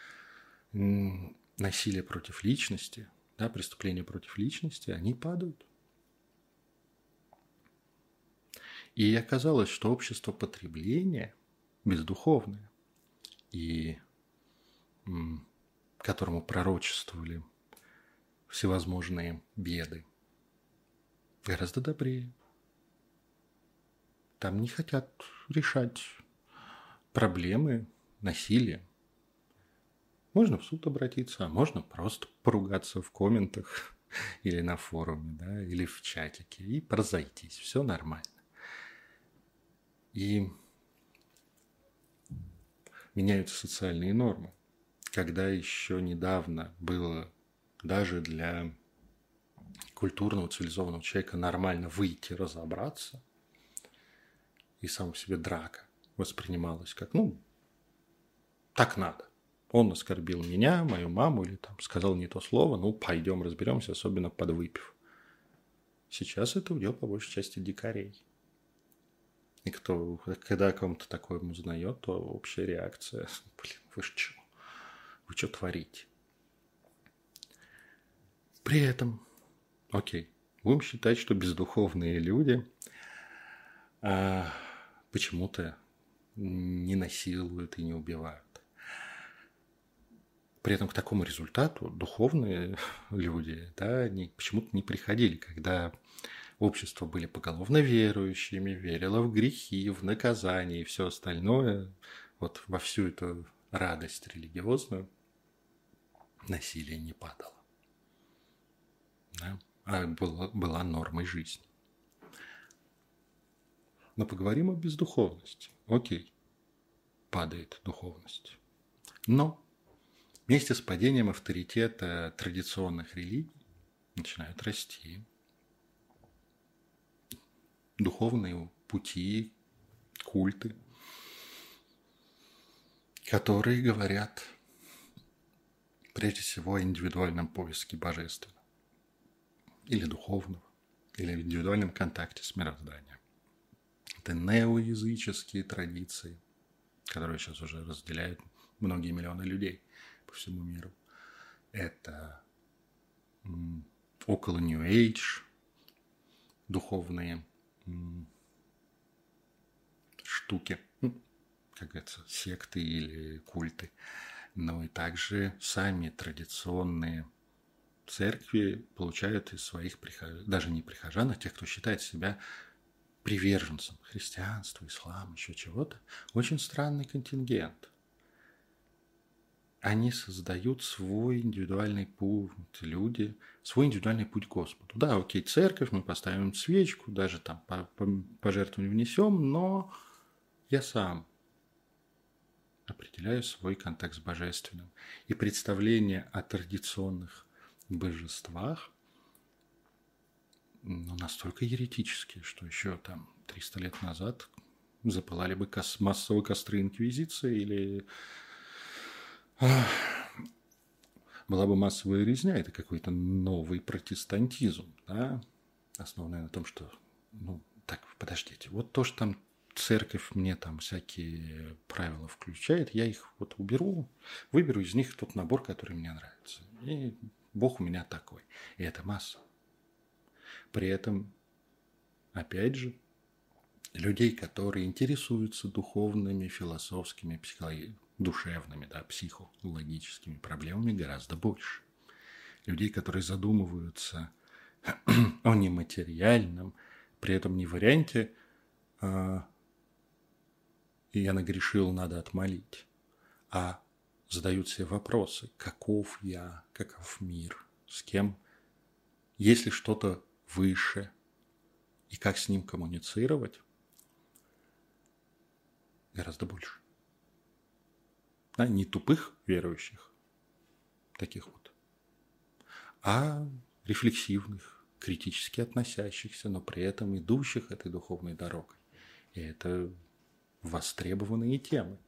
насилие против личности, да, преступления против личности, они падают. И оказалось, что общество потребления бездуховное, и м, которому пророчествовали всевозможные беды, гораздо добрее. Там не хотят решать проблемы насилия. Можно в суд обратиться, а можно просто поругаться в комментах или на форуме, да, или в чатике и разойтись. Все нормально. И меняются социальные нормы. Когда еще недавно было даже для культурного, цивилизованного человека нормально выйти, разобраться, и сам в себе драка воспринималась как, ну, так надо. Он оскорбил меня, мою маму, или там сказал не то слово, ну, пойдем разберемся, особенно подвыпив. Сейчас это удел по большей части дикарей. И кто, когда о ком-то такое узнает, то общая реакция, блин, вы что? Вы что творите? При этом, окей, будем считать, что бездуховные люди а, почему-то не насилуют и не убивают. При этом к такому результату духовные люди, да, они почему-то не приходили, когда общество были поголовно верующими, верило в грехи, в наказание и все остальное, вот во всю эту радость религиозную насилие не падало. Да? А была, была нормой жизни. Но поговорим о бездуховности. Окей, падает духовность. Но Вместе с падением авторитета традиционных религий начинают расти духовные пути, культы, которые говорят прежде всего о индивидуальном поиске божественного или духовного, или в индивидуальном контакте с мирозданием. Это неоязыческие традиции, которые сейчас уже разделяют многие миллионы людей по всему миру. Это м, около New Age духовные м, штуки, ну, как говорится, секты или культы. Но и также сами традиционные церкви получают из своих прихожан, даже не прихожан, а тех, кто считает себя приверженцем христианства, ислама, еще чего-то, очень странный контингент. Они создают свой индивидуальный путь, люди, свой индивидуальный путь к Господу. Да, окей, церковь, мы поставим свечку, даже там пожертвование внесем, но я сам определяю свой контакт с Божественным. И представление о традиционных божествах ну, настолько еретические, что еще там триста лет назад запылали бы кос- массово костры инквизиции или ах, была бы массовая резня. Это какой-то новый протестантизм, да? Основанный на том, что, ну, так, подождите, вот то, что там церковь мне там всякие правила включает, я их вот уберу, выберу из них тот набор, который мне нравится. И Бог у меня такой. И это масса. При этом, опять же, людей, которые интересуются духовными, философскими, психологи... душевными, да, психологическими проблемами гораздо больше. Людей, которые задумываются о нематериальном, при этом не в варианте а, «я нагрешил, надо отмолить», а задают себе вопросы: каков я, каков мир, с кем, есть ли что-то выше, и как с ним коммуницировать, гораздо больше. Да, не тупых верующих, таких вот, а рефлексивных, критически относящихся, но при этом идущих этой духовной дорогой. И это востребованные темы.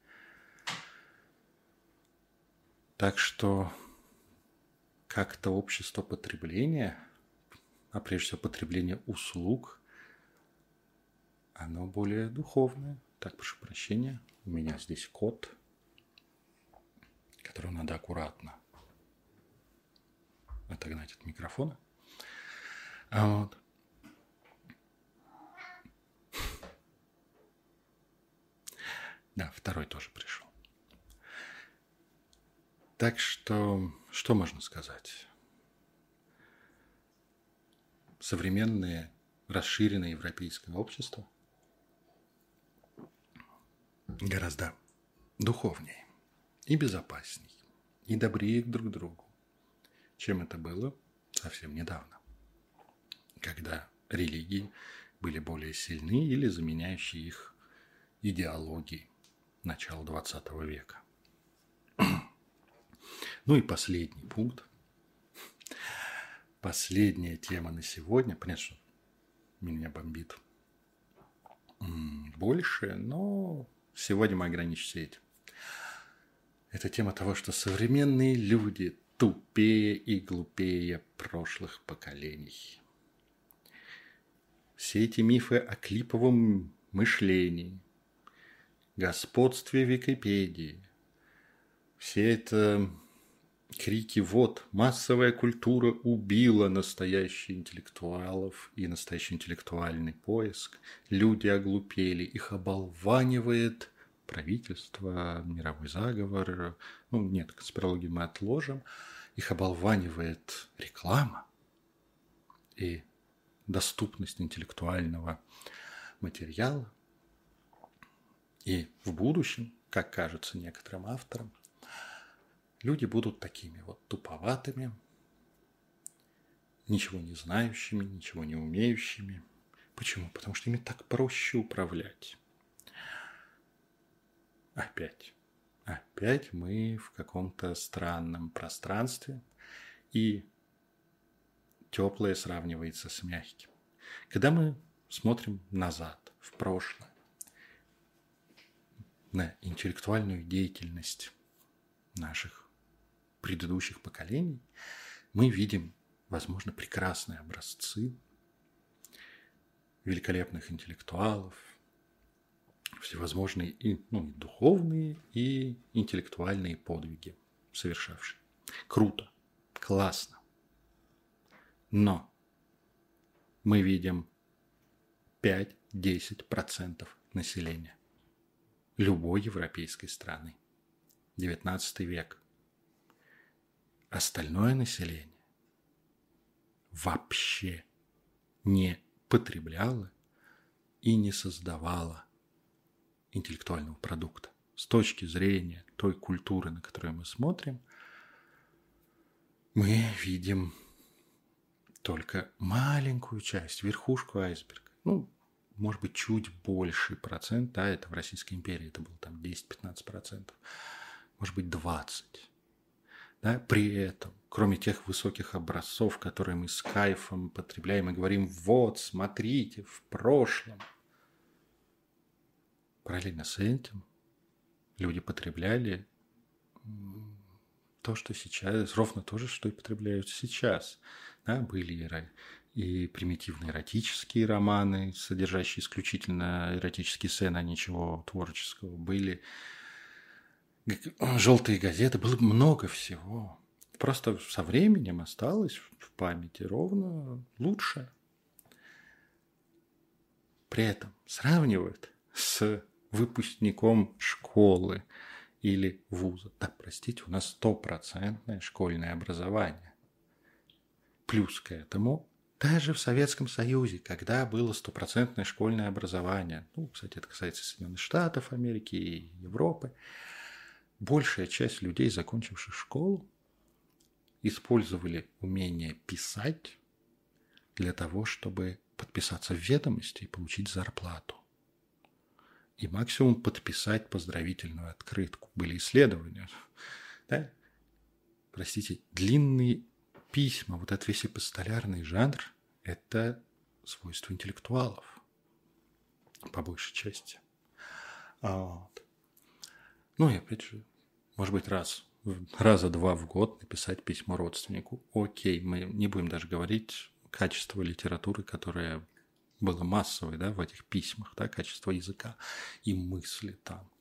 Так что как-то общество потребления, а прежде всего потребление услуг, оно более духовное. Так, прошу прощения, у меня здесь кот, которого надо аккуратно отогнать от микрофона. А вот. Да, второй тоже пришел. Так что, что можно сказать? Современное расширенное европейское общество гораздо духовнее и безопасней, и добрее друг к другу, чем это было совсем недавно, когда религии были более сильны или заменяющие их идеологии начала двадцатого века. Ну и последний пункт. Последняя тема на сегодня. Понятно, что меня бомбит больше, но сегодня мы ограничимся этим. Это тема того, что современные люди тупее и глупее прошлых поколений. Все эти мифы о клиповом мышлении, господстве Википедии, все это крики «вот, массовая культура убила настоящих интеллектуалов и настоящий интеллектуальный поиск», люди оглупели, их оболванивает правительство, мировой заговор, ну нет, конспирологию мы отложим, их оболванивает реклама и доступность интеллектуального материала. И в будущем, как кажется некоторым авторам, люди будут такими вот туповатыми, ничего не знающими, ничего не умеющими. Почему? Потому что ими так проще управлять. Опять, опять. опять мы в каком-то странном пространстве, и теплое сравнивается с мягким. Когда мы смотрим назад, в прошлое, на интеллектуальную деятельность наших предыдущих поколений, мы видим, возможно, прекрасные образцы великолепных интеллектуалов, всевозможные и, ну, и духовные, и интеллектуальные подвиги совершавшие. Круто, классно. Но мы видим пять-десять процентов населения любой европейской страны. девятнадцатый век. Остальное население вообще не потребляло и не создавало интеллектуального продукта. С точки зрения той культуры, на которую мы смотрим, мы видим только маленькую часть, верхушку айсберга. Ну, может быть, чуть больше процент, да, это в Российской империи, это было там десять-пятнадцать процентов, может быть, двадцать. Да? При этом, кроме тех высоких образцов, которые мы с кайфом потребляем и говорим, вот, смотрите, в прошлом. Параллельно с этим люди потребляли то, что сейчас, ровно то же, что и потребляют сейчас. Да, были и примитивные эротические романы, содержащие исключительно эротические сцены, а ничего творческого. Были желтые газеты, было много всего. Просто со временем осталось в памяти ровно лучше. При этом сравнивают с выпускником школы или вуза. Да, простите, у нас стопроцентное школьное образование. Плюс к этому, даже в Советском Союзе, когда было стопроцентное школьное образование, ну, кстати, это касается Соединенных Штатов Америки и Европы, большая часть людей, закончивших школу, использовали умение писать для того, чтобы подписаться в ведомости и получить зарплату. И максимум подписать поздравительную открытку. Были исследования. Да? Простите, длинные письма, вот этот весь эпистолярный жанр, это свойство интеллектуалов, по большей части. Вот. Ну и опять же, может быть, раз, раза два в год написать письмо родственнику. Окей, мы не будем даже говорить качество литературы, которая было массовой, да, в этих письмах, да, качество языка и мысли там.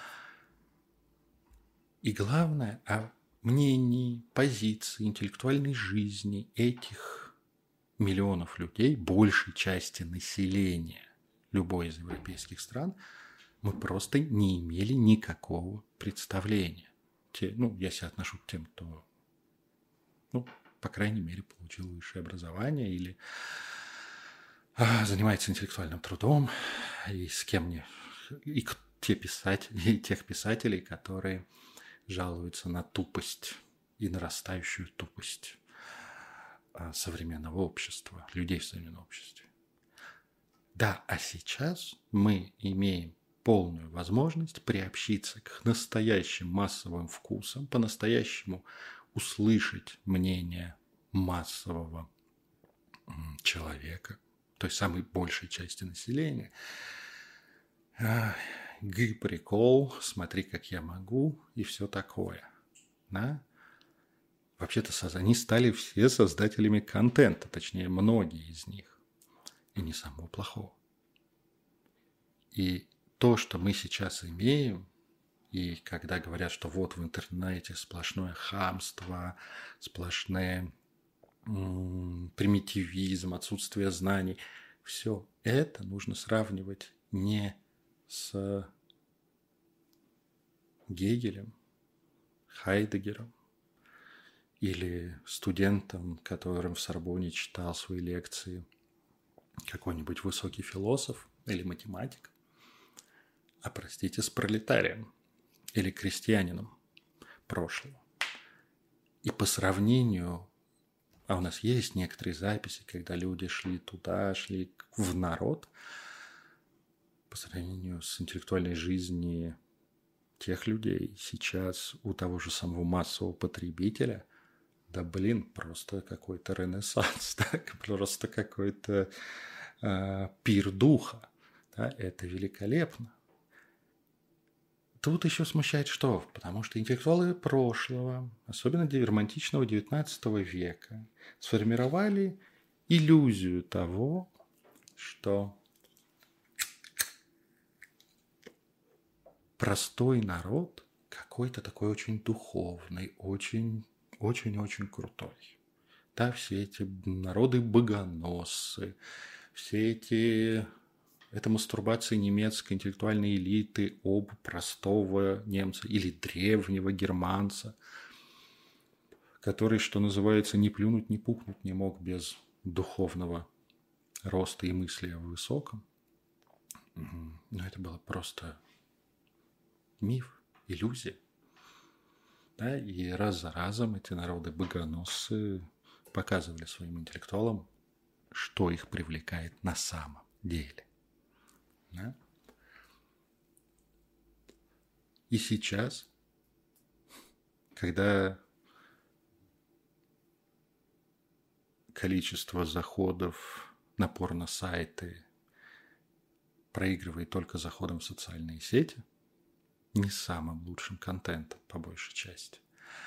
И главное, о мнении, позиции, интеллектуальной жизни этих миллионов людей, большей части населения любой из европейских стран, мы просто не имели никакого представления. Те, ну, я себя отношу к тем, кто, ну, по крайней мере, получил высшее образование или занимается интеллектуальным трудом, и с кем мне, и те писатели, и тех писателей, которые жалуются на тупость и нарастающую тупость современного общества, людей в современном обществе. Да, а сейчас мы имеем полную возможность приобщиться к настоящим массовым вкусам, по-настоящему услышать мнение массового человека, той самой большей части населения. Гы, прикол, смотри, как я могу, и все такое. Да? Вообще-то они стали все создателями контента, точнее, многие из них. И не самого плохого. И то, что мы сейчас имеем, и когда говорят, что вот в интернете сплошное хамство, сплошное примитивизм, отсутствие знаний. Все это нужно сравнивать не с Гегелем, Хайдеггером или студентом, которым в Сорбонне читал свои лекции какой-нибудь высокий философ или математик, а, простите, с пролетарием или крестьянином прошлого. И по сравнению... А у нас есть некоторые записи, когда люди шли туда, шли в народ, по сравнению с интеллектуальной жизнью тех людей сейчас у того же самого массового потребителя, да блин, просто какой-то ренессанс, да? Просто какой-то э, пир духа. Да? Это великолепно. Тут еще смущает что? Потому что интеллектуалы прошлого, особенно романтичного девятнадцатого века, сформировали иллюзию того, что простой народ какой-то такой очень духовный, очень, очень-очень крутой. Да, все эти народы-богоносцы, все эти... Это мастурбация немецкой интеллектуальной элиты об простого немца или древнего германца, который, что называется, ни плюнуть, ни пукнуть не мог без духовного роста и мысли о высоком. Но это было просто миф, иллюзия. Да? И раз за разом эти народы-богоносцы показывали своим интеллектуалам, что их привлекает на самом деле. Да? И сейчас, когда количество заходов на порно-сайты проигрывает только заходом в социальные сети, не самым лучшим контентом, по большей части,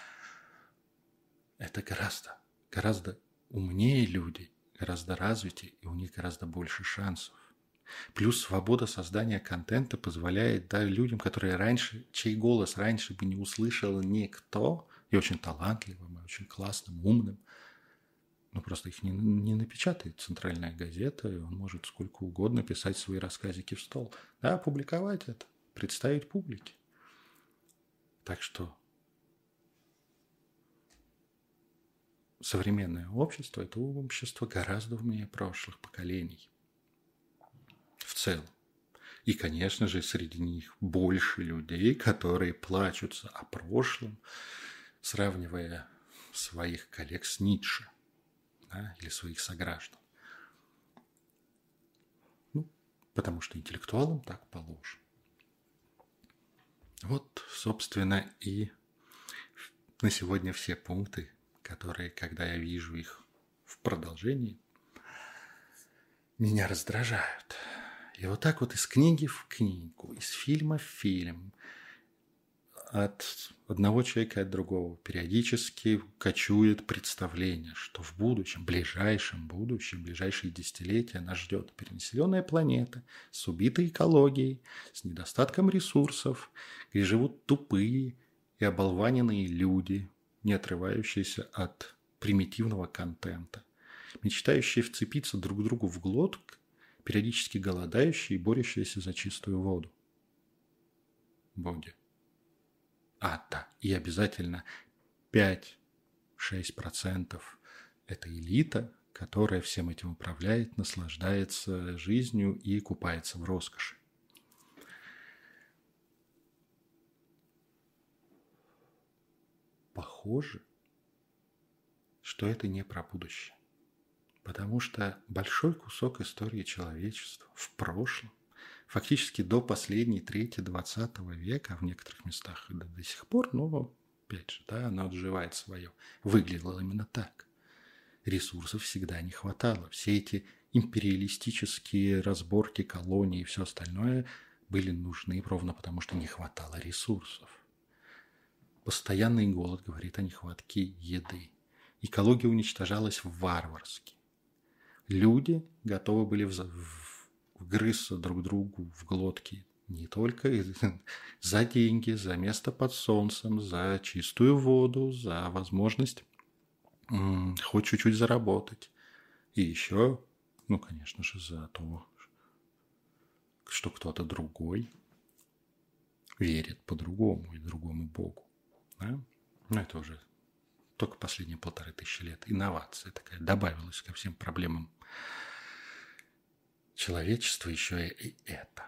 это гораздо, гораздо умнее люди, гораздо развитее, и у них гораздо больше шансов. Плюс свобода создания контента позволяет, да, людям, которые раньше, чей голос раньше бы не услышал никто, и очень талантливым, и очень классным, умным, но просто их не, не напечатает центральная газета, и он может сколько угодно писать свои рассказики в стол. Да, опубликовать это, представить публике. Так что современное общество – это общество гораздо умнее прошлых поколений. В целом. И, конечно же, среди них больше людей, которые плачутся о прошлом, сравнивая своих коллег с Ницше, да, или своих сограждан. Ну, потому что интеллектуалам так положено. Вот, собственно, и на сегодня все пункты, которые, когда я вижу их в продолжении, меня раздражают. И вот так вот из книги в книгу, из фильма в фильм, от одного человека и от другого периодически кочует представление, что в будущем, ближайшем будущем, ближайшие десятилетия нас ждет перенаселенная планета с убитой экологией, с недостатком ресурсов, где живут тупые и оболваненные люди, не отрывающиеся от примитивного контента, мечтающие вцепиться друг другу в глотку, периодически голодающие и борющиеся за чистую воду. Боги. А, да, и обязательно пять-шесть процентов это элита, которая всем этим управляет, наслаждается жизнью и купается в роскоши. Похоже, что это не про будущее. Потому что большой кусок истории человечества в прошлом, фактически до последней трети двадцатого века, а в некоторых местах до, до сих пор, но, опять же, да, она отживает свое, выглядело именно так. Ресурсов всегда не хватало. Все эти империалистические разборки колоний и все остальное были нужны ровно потому, что не хватало ресурсов. Постоянный голод говорит о нехватке еды. Экология уничтожалась варварски. Люди готовы были вгрызться друг другу в глотки не только за деньги, за место под солнцем, за чистую воду, за возможность м- хоть чуть-чуть заработать. И еще, ну, конечно же, за то, что кто-то другой верит по-другому и другому Богу. Да? Ну, это уже только последние полторы тысячи лет. Инновация такая добавилась ко всем проблемам человечества, еще и это.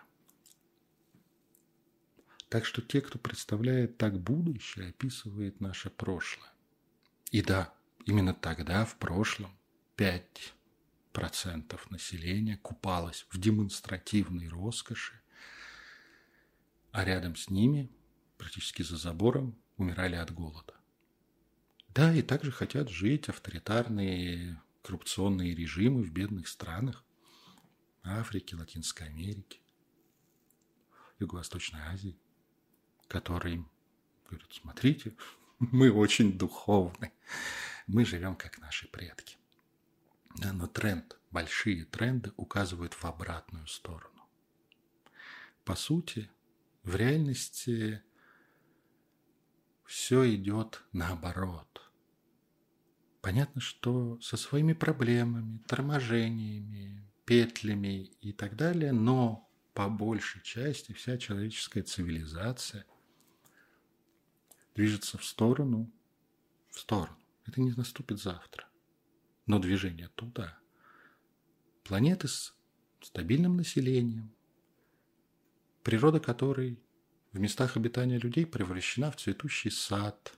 Так что те, кто представляет так будущее, описывает наше прошлое. И да, именно тогда, в прошлом, пять процентов населения купалось в демонстративной роскоши, а рядом с ними практически за забором умирали от голода. Да, и также хотят жить авторитарные коррупционные режимы в бедных странах Африки, Латинской Америки, Юго-Восточной Азии, которые им говорят: смотрите, мы очень духовны, мы живем как наши предки. Да, но тренд, большие тренды указывают в обратную сторону. По сути, в реальности все идет наоборот. Понятно, что со своими проблемами, торможениями, петлями и так далее, но по большей части вся человеческая цивилизация движется в сторону, в сторону. Это не наступит завтра, но движение туда. Планеты с стабильным населением, природа которой в местах обитания людей превращена в цветущий сад.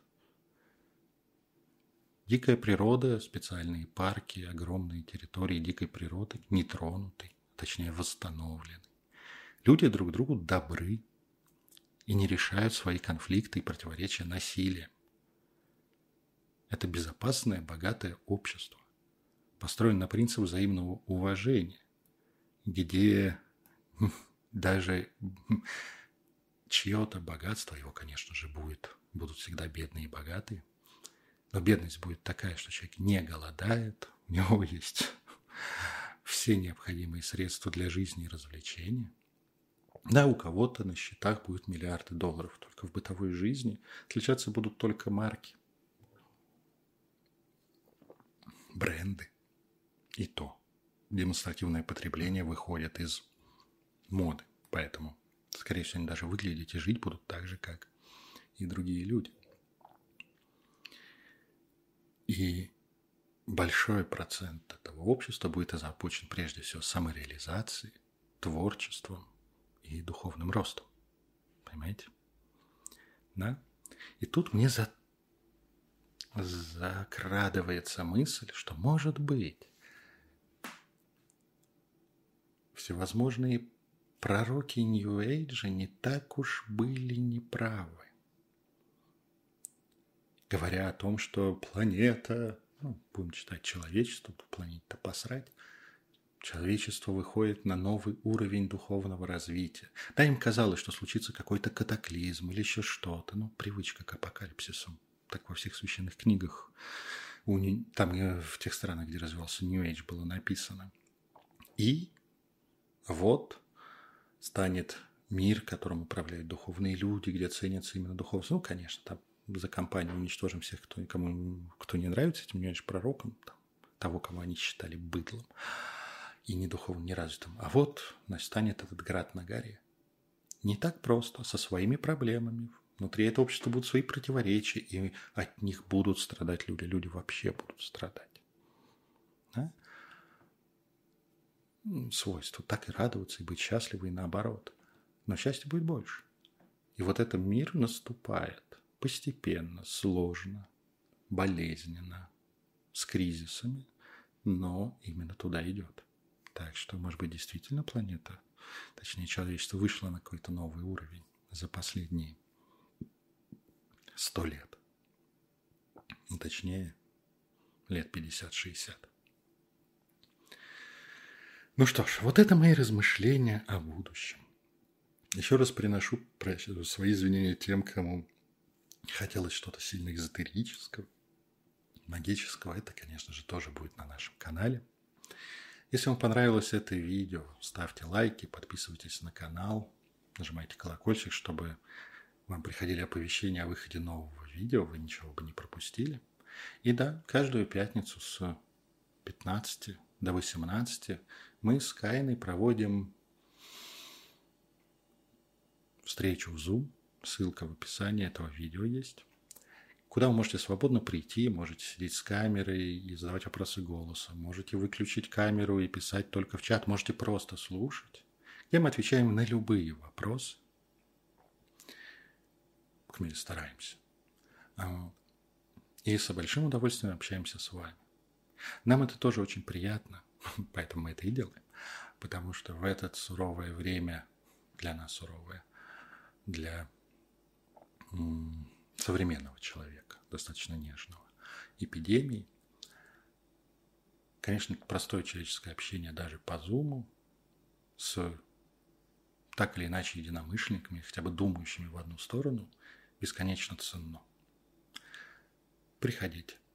Дикая природа, специальные парки, огромные территории дикой природы не тронуты, точнее восстановлены. Люди друг другу добры и не решают свои конфликты и противоречия насилием. Это безопасное, богатое общество, построено на принципе взаимного уважения, где даже чье-то богатство, его, конечно же, будет, будут всегда бедные и богатые, но бедность будет такая, что человек не голодает, у него есть все необходимые средства для жизни и развлечения. Да, у кого-то на счетах будет миллиарды долларов, только в бытовой жизни отличаться будут только марки, бренды. И то демонстративное потребление выходит из моды, поэтому, скорее всего, они даже выглядеть и жить будут так же, как и другие люди. И большой процент этого общества будет озабочен прежде всего самореализацией, творчеством и духовным ростом. Понимаете? Да? И тут мне за... закрадывается мысль, что, может быть, всевозможные пророки Нью-Эйджа не так уж были неправы, говоря о том, что планета, ну, будем читать человечество, по планете-то посрать, человечество выходит на новый уровень духовного развития. Да, им казалось, что случится какой-то катаклизм или еще что-то, ну, привычка к апокалипсису. Так во всех священных книгах, там в тех странах, где развивался Нью-Эйдж, было написано. И вот станет мир, которым управляют духовные люди, где ценятся именно духовность. Ну, конечно, там за компанию уничтожим всех, кто, кому, кто не нравится этим Нью-Эйдж пророкам, там, того, кого они считали быдлом и не духовно неразвитым. А вот настанет этот град на горе. Не так просто, со своими проблемами. Внутри этого общества будут свои противоречия, и от них будут страдать люди. Люди вообще будут страдать. Да? Свойство так и радоваться, и быть счастливы, и наоборот. Но счастья будет больше. И вот этот мир наступает постепенно, сложно, болезненно, с кризисами, но именно туда идет. Так что, может быть, действительно планета, точнее, человечество вышло на какой-то новый уровень за последние сто лет. Ну, точнее, лет пятьдесят-шестьдесят. Ну что ж, вот это мои размышления о будущем. Еще раз приношу свои извинения тем, кому хотелось что-то сильно эзотерического, магического. Это, конечно же, тоже будет на нашем канале. Если вам понравилось это видео, ставьте лайки, подписывайтесь на канал, нажимайте колокольчик, чтобы вам приходили оповещения о выходе нового видео, вы ничего бы не пропустили. И да, каждую пятницу с пятнадцати до восемнадцати мы с Кайной проводим встречу в Zoom. Ссылка в описании этого видео есть. Куда вы можете свободно прийти, можете сидеть с камерой и задавать вопросы голосом. Можете выключить камеру и писать только в чат. Можете просто слушать. Где мы отвечаем на любые вопросы. Мы стараемся. И с большим удовольствием общаемся с вами. Нам это тоже очень приятно, поэтому мы это и делаем. Потому что в это суровое время, для нас суровое, для современного человека, достаточно нежного. Эпидемии. Конечно, простое человеческое общение даже по Зуму с так или иначе единомышленниками, хотя бы думающими в одну сторону, бесконечно ценно. Приходите.